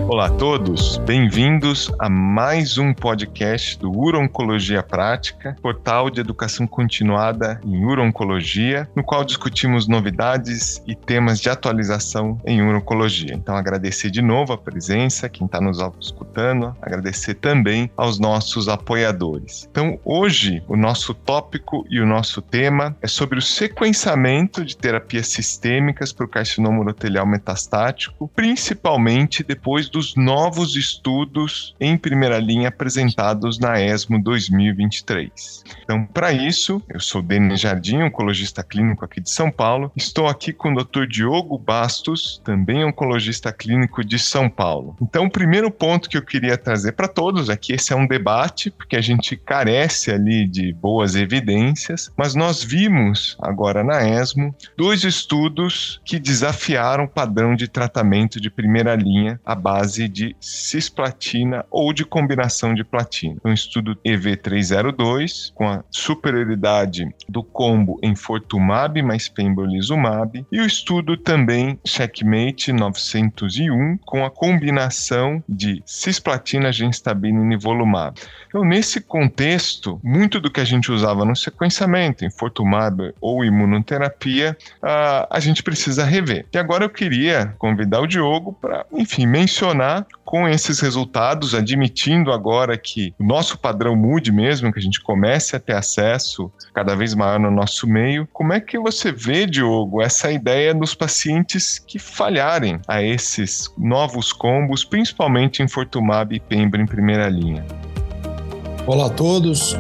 Olá a todos, bem-vindos a mais um podcast do Uro-Oncologia Prática, portal de educação continuada em uro-oncologia, no qual discutimos novidades e temas de atualização em uro-oncologia. Então, agradecer de novo a presença, quem está nos escutando, agradecer também aos nossos apoiadores. Então, hoje, o nosso tópico e o nosso tema é sobre o sequenciamento de terapias sistêmicas para o carcinoma urotelial metastático, principalmente depois dos novos estudos em primeira linha apresentados na ESMO 2023. Então, para isso, eu sou Denis Jardim, oncologista clínico aqui de São Paulo. Estou aqui com o Dr. Diogo Bastos, também oncologista clínico de São Paulo. Então, o primeiro ponto que eu queria trazer para todos é que esse é um debate, porque a gente carece ali de boas evidências, mas nós vimos agora na ESMO 2 estudos que desafiaram o padrão de tratamento de primeira linha à base de cisplatina ou de combinação de platina. Um estudo EV302 com a superioridade do combo enfortumab mais pembrolizumab e o estudo também CheckMate 901 com a combinação de cisplatina, gemcitabina e nivolumab. Então, nesse contexto, muito do que a gente usava no sequenciamento, enfortumab ou imunoterapia, a gente precisa rever. E agora eu queria convidar o Diogo para, mencionar com esses resultados, admitindo agora que o nosso padrão mude mesmo, que a gente comece a ter acesso cada vez maior no nosso meio. Como é que você vê, Diogo, essa ideia dos pacientes que falharem a esses novos combos, principalmente enfortumab e pembro em primeira linha? Olá a todos.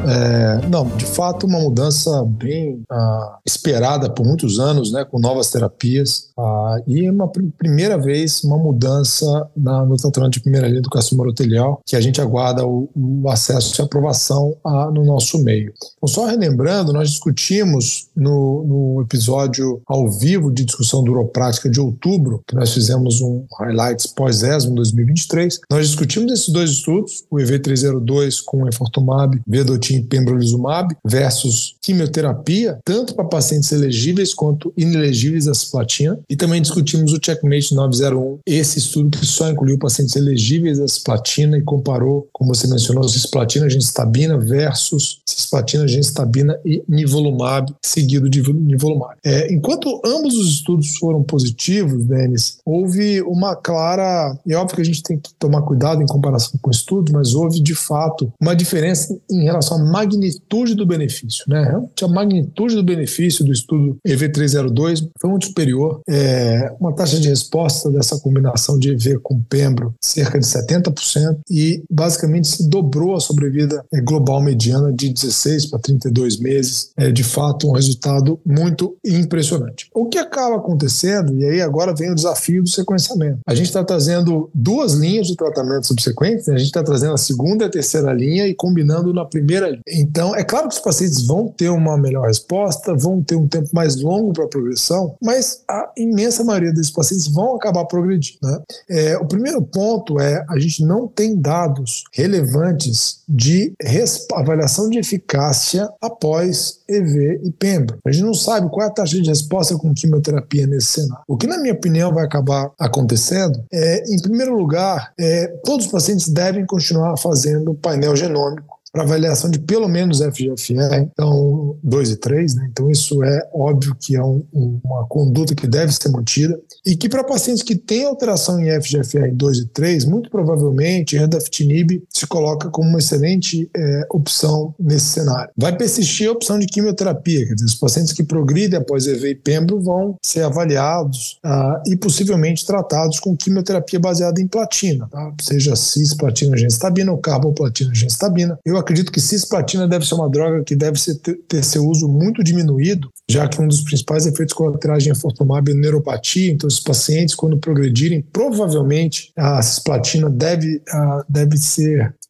De fato, uma mudança bem esperada por muitos anos, né, com novas terapias, e uma primeira vez uma mudança no tratamento de primeira linha do carcinoma urotelial, que a gente aguarda o acesso e aprovação no nosso meio. Então, só relembrando, nós discutimos no episódio ao vivo de discussão do Uroprática de outubro, que nós fizemos um highlights pós-ESMO 2023, nós discutimos esses 2 estudos, o EV302 com enfortumab, vedotin e pembrolizumab versus quimioterapia, tanto para pacientes elegíveis quanto inelegíveis à cisplatina, e também discutimos o CheckMate 901, esse estudo que só incluiu pacientes elegíveis à cisplatina e comparou, como você mencionou, cisplatina, gemcitabina versus cisplatina, gemcitabina e nivolumab, seguido de nivolumab. Enquanto ambos os estudos foram positivos, Denis, houve uma clara, é óbvio que a gente tem que tomar cuidado em comparação com o estudo, mas houve de fato uma diferença em relação à magnitude do benefício, né? Realmente a magnitude do benefício do estudo EV302 foi muito superior. Uma taxa de resposta dessa combinação de EV com pembro cerca de 70% e basicamente se dobrou a sobrevida global mediana de 16 para 32 meses. De fato um resultado muito impressionante. O que acaba acontecendo, e aí agora vem o desafio do sequenciamento. A gente está trazendo 2 linhas de tratamento subsequentes, né? A gente está trazendo a segunda e a terceira linha e combinando na primeira linha. Então, é claro que os pacientes vão ter uma melhor resposta, vão ter um tempo mais longo para a progressão, mas a imensa maioria desses pacientes vão acabar progredindo, né? O primeiro ponto a gente não tem dados relevantes de avaliação de eficácia após EV e pembro. A gente não sabe qual é a taxa de resposta com quimioterapia nesse cenário. O que, na minha opinião, vai acabar acontecendo em primeiro lugar, todos os pacientes devem continuar fazendo painel genômico para avaliação de pelo menos FGFR, então 2 e 3, né? Então isso é óbvio que é uma conduta que deve ser mantida e que para pacientes que têm alteração em FGFR 2 e 3, muito provavelmente Erdafitinib se coloca como uma excelente opção nesse cenário. Vai persistir a opção de quimioterapia, quer dizer, os pacientes que progridem após EV e pembro vão ser avaliados e possivelmente tratados com quimioterapia baseada em platina, tá? Seja cisplatina gemcitabina ou carboplatina gemcitabina. Eu acredito que cisplatina deve ser uma droga que deve ter seu uso muito diminuído, já que um dos principais efeitos colaterais de enfortumab é neuropatia. Então, os pacientes, quando progredirem, provavelmente a cisplatina deve ser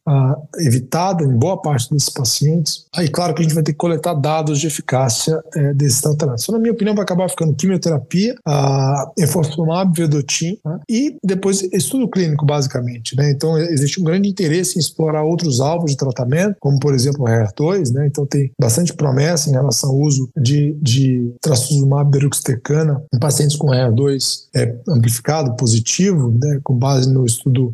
evitada em boa parte desses pacientes. Aí, claro que a gente vai ter que coletar dados de eficácia desses tratamentos. Então, na minha opinião, vai acabar ficando quimioterapia, enfortumab vedotin, né? E depois estudo clínico, basicamente, né? Então, existe um grande interesse em explorar outros alvos de tratamento, como, por exemplo, o HER2, né? Então, tem bastante promessa em relação ao uso de trastuzumab deruxtecana em pacientes com HER2 amplificado, positivo, né? Com base no estudo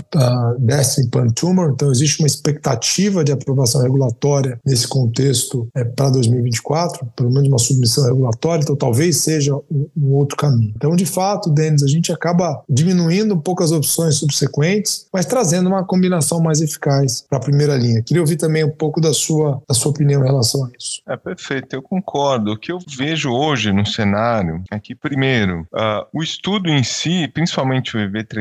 Destiny Pan Tumor. Então, existe uma expectativa de aprovação regulatória nesse contexto para 2024, pelo menos uma submissão regulatória, então talvez seja um outro caminho. Então, de fato, Denis, a gente acaba diminuindo um pouco as opções subsequentes, mas trazendo uma combinação mais eficaz para a primeira linha. Queria ouvir também um pouco da sua opinião em relação a isso. Perfeito, eu concordo. O que eu vejo hoje no cenário é que, primeiro, o estudo em si, principalmente o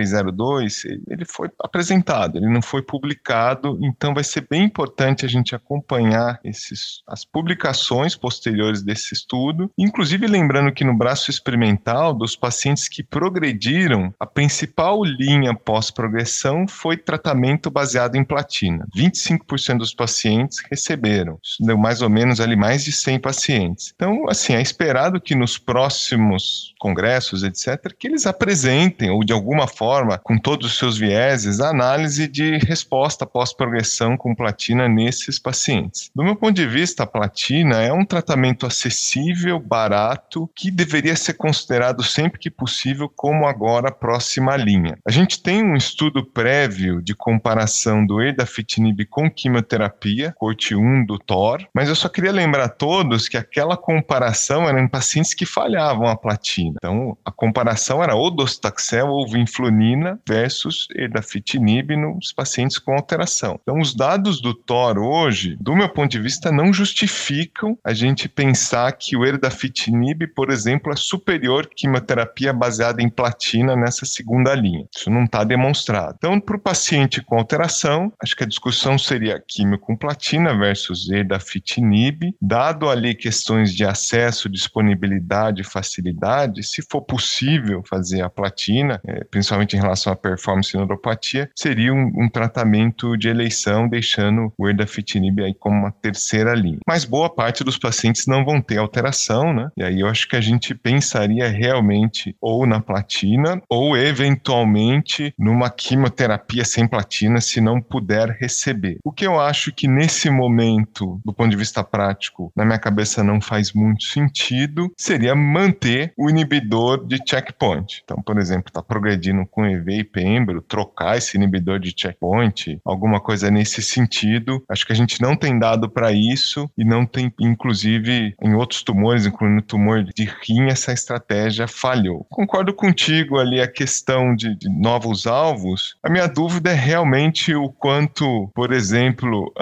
EV302, ele foi apresentado, ele não foi publicado, então vai ser bem importante a gente acompanhar as publicações posteriores desse estudo, inclusive lembrando que no braço experimental dos pacientes que progrediram, a principal linha pós-progressão foi tratamento baseado em platina. 25% dos pacientes receberam. Isso deu mais ou menos ali mais de 100 pacientes. Então, assim, é esperado que nos próximos congressos, etc., que eles apresentem, ou de alguma forma, com todos os seus vieses, a análise de resposta pós-progressão com platina nesses pacientes. Do meu ponto de vista, a platina é um tratamento acessível, barato, que deveria ser considerado sempre que possível como agora a próxima linha. A gente tem um estudo prévio de comparação do erdafitinib com quimioterapia, corte 1 do THOR, mas eu só queria lembrar a todos que aquela comparação era em pacientes que falhavam a platina. Então, a comparação era ou docetaxel ou vinflunina versus erdafitinib nos pacientes com alteração. Então, os dados do THOR hoje, do meu ponto de vista, não justificam a gente pensar que o erdafitinib, por exemplo, é superior à quimioterapia baseada em platina nessa segunda linha. Isso não está demonstrado. Então, para o paciente com alteração, acho que a discussão seria quimio com platina versus erdafitinib, dado ali questões de acesso, disponibilidade e facilidade, se for possível fazer a platina, principalmente em relação à performance e neuropatia, seria um tratamento de eleição, deixando o erdafitinib aí como uma terceira linha. Mas boa parte dos pacientes não vão ter alteração, né? E aí eu acho que a gente pensaria realmente ou na platina ou eventualmente numa quimioterapia sem platina, se não puder receber. O que eu acho que nesse momento, do ponto de vista prático, na minha cabeça não faz muito sentido, seria manter o inibidor de checkpoint. Então, por exemplo, está progredindo com EV e Pembro, trocar esse inibidor de checkpoint, alguma coisa nesse sentido. Acho que a gente não tem dado para isso e não tem, inclusive, em outros tumores, incluindo o tumor de rim, essa estratégia falhou. Concordo contigo ali a questão de novos alvos. A minha dúvida é realmente o quanto, por exemplo,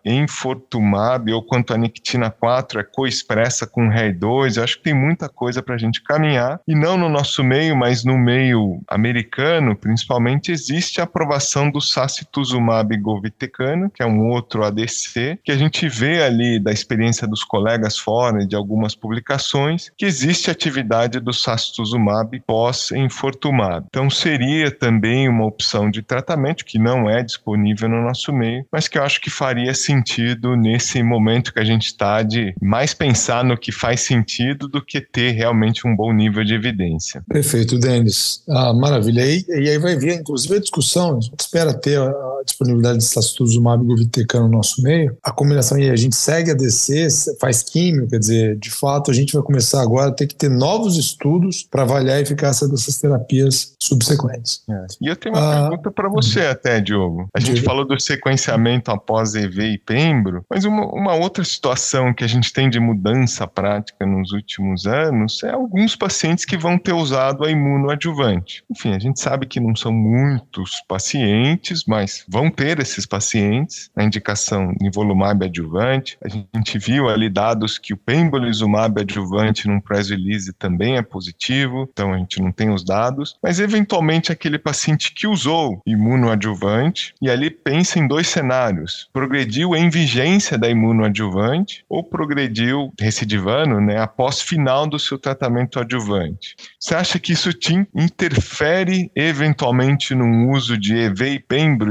enfortumab ou quanto a nictina 4 é coexpressa com HER2. Eu acho que tem muita coisa para a gente caminhar, e não no nosso meio, mas no meio americano, principalmente, existe a aprovação do sacituzumab govitecan, que é um outro ADC, que a gente vê ali da experiência dos colegas fora e de algumas publicações, que existe atividade do sacituzumab pós-enfortumab. Então, seria também uma opção de tratamento que não é disponível no nosso meio, mas que eu acho que faria sentido nesse momento que a gente está de mais pensar no que faz sentido do que ter realmente um bom nível de evidência. Perfeito, Denis. Maravilha. E aí vai vir, inclusive, a discussão, a gente espera ter a disponibilidade de sacituzumab govitecan no nosso meio. A combinação aí, a gente segue a DC, faz químio, quer dizer, de fato, a gente vai começar agora a ter que ter novos estudos para avaliar a eficácia dessas terapias subsequentes. E eu tenho uma pergunta para você até, Diogo. A gente falou do sequenciamento após EV e Pembro, mas uma outra situação que a gente tem de mudança prática nos últimos anos é alguns pacientes que vão ter usado a imunoadjuvante. Enfim, a gente sabe que não são muitos pacientes, mas vão ter esses pacientes, a indicação nivolumab adjuvante. A gente viu ali dados que o pembrolizumab adjuvante num press release também é positivo, então a gente não tem os dados, mas eventualmente aquele paciente que usou imunoadjuvante, e ali pensa em dois cenários: progrediu em vigência da imunoadjuvante ou progrediu recidivando, né, após final do seu tratamento adjuvante. Você acha que isso te interfere eventualmente num uso de EV e Pembro de primeira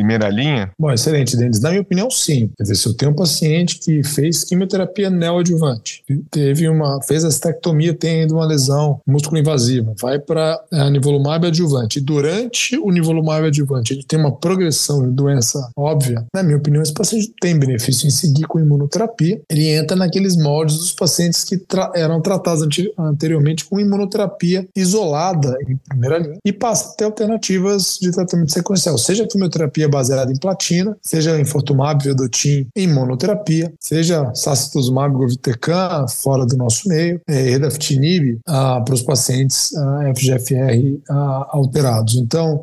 primeira linha? Bom, excelente, Denis. Na minha opinião, sim. Quer dizer, se eu tenho um paciente que fez quimioterapia neoadjuvante, fez a astectomia, tem ainda uma lesão músculo invasiva, vai para nivolumab adjuvante. E durante o nivolumab adjuvante, ele tem uma progressão de doença óbvia. Na minha opinião, esse paciente tem benefício em seguir com imunoterapia. Ele entra naqueles moldes dos pacientes que eram tratados anteriormente com imunoterapia isolada em primeira linha e passa a ter alternativas de tratamento sequencial, seja quimioterapia baseada em platina, seja enfortumab vedotin em monoterapia, seja sacituzumab govitecan fora do nosso meio, erdafitinib para os pacientes FGFR alterados. Então,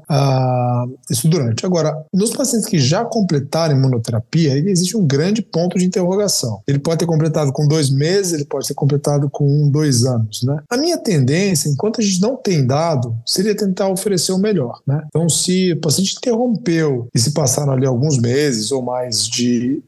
isso durante. Agora, nos pacientes que já completaram imunoterapia, existe um grande ponto de interrogação. Ele pode ter completado com 2 meses, ele pode ter completado com 2 anos, né? A minha tendência, enquanto a gente não tem dado, seria tentar oferecer o melhor, né? Então, se o paciente interrompeu e se passaram ali alguns meses ou mais de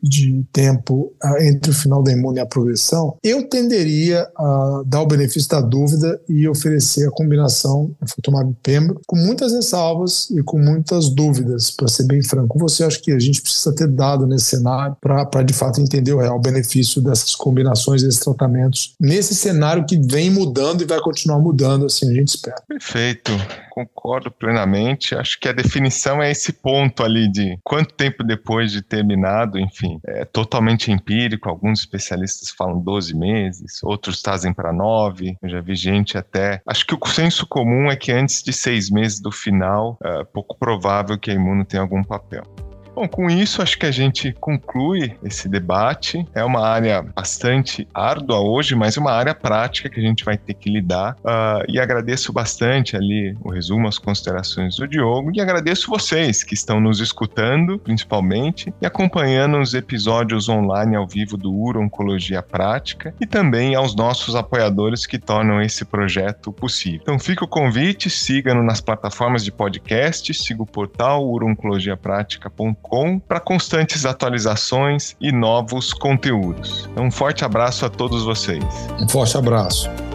tempo entre o final da imune e a progressão, eu tenderia a dar o benefício da dúvida e oferecer a combinação enfortumab-pembro com muitas ressalvas e com muitas dúvidas, para ser bem franco com você. Acho que a gente precisa ter dado nesse cenário para de fato entender o real benefício dessas combinações, desses tratamentos, nesse cenário que vem mudando e vai continuar mudando, assim a gente espera. Perfeito, concordo plenamente. Acho que a definição é esse ponto ali de quanto tempo depois de terminado, enfim, é totalmente empírico. Alguns especialistas falam 12 meses, outros trazem para 9. Eu já vi gente até... Acho que o senso comum é que antes de 6 meses do final, é pouco provável que a imuno tenha algum papel. Bom, com isso acho que a gente conclui esse debate. É uma área bastante árdua hoje, mas uma área prática que a gente vai ter que lidar. E agradeço bastante ali o resumo, as considerações do Diogo, e agradeço vocês que estão nos escutando, principalmente, e acompanhando os episódios online ao vivo do Uro-Oncologia Prática, e também aos nossos apoiadores que tornam esse projeto possível. Então fica o convite, siga-nos nas plataformas de podcast, siga o portal urooncologiaprática.com para constantes atualizações e novos conteúdos. Então, um forte abraço a todos vocês. Um forte abraço.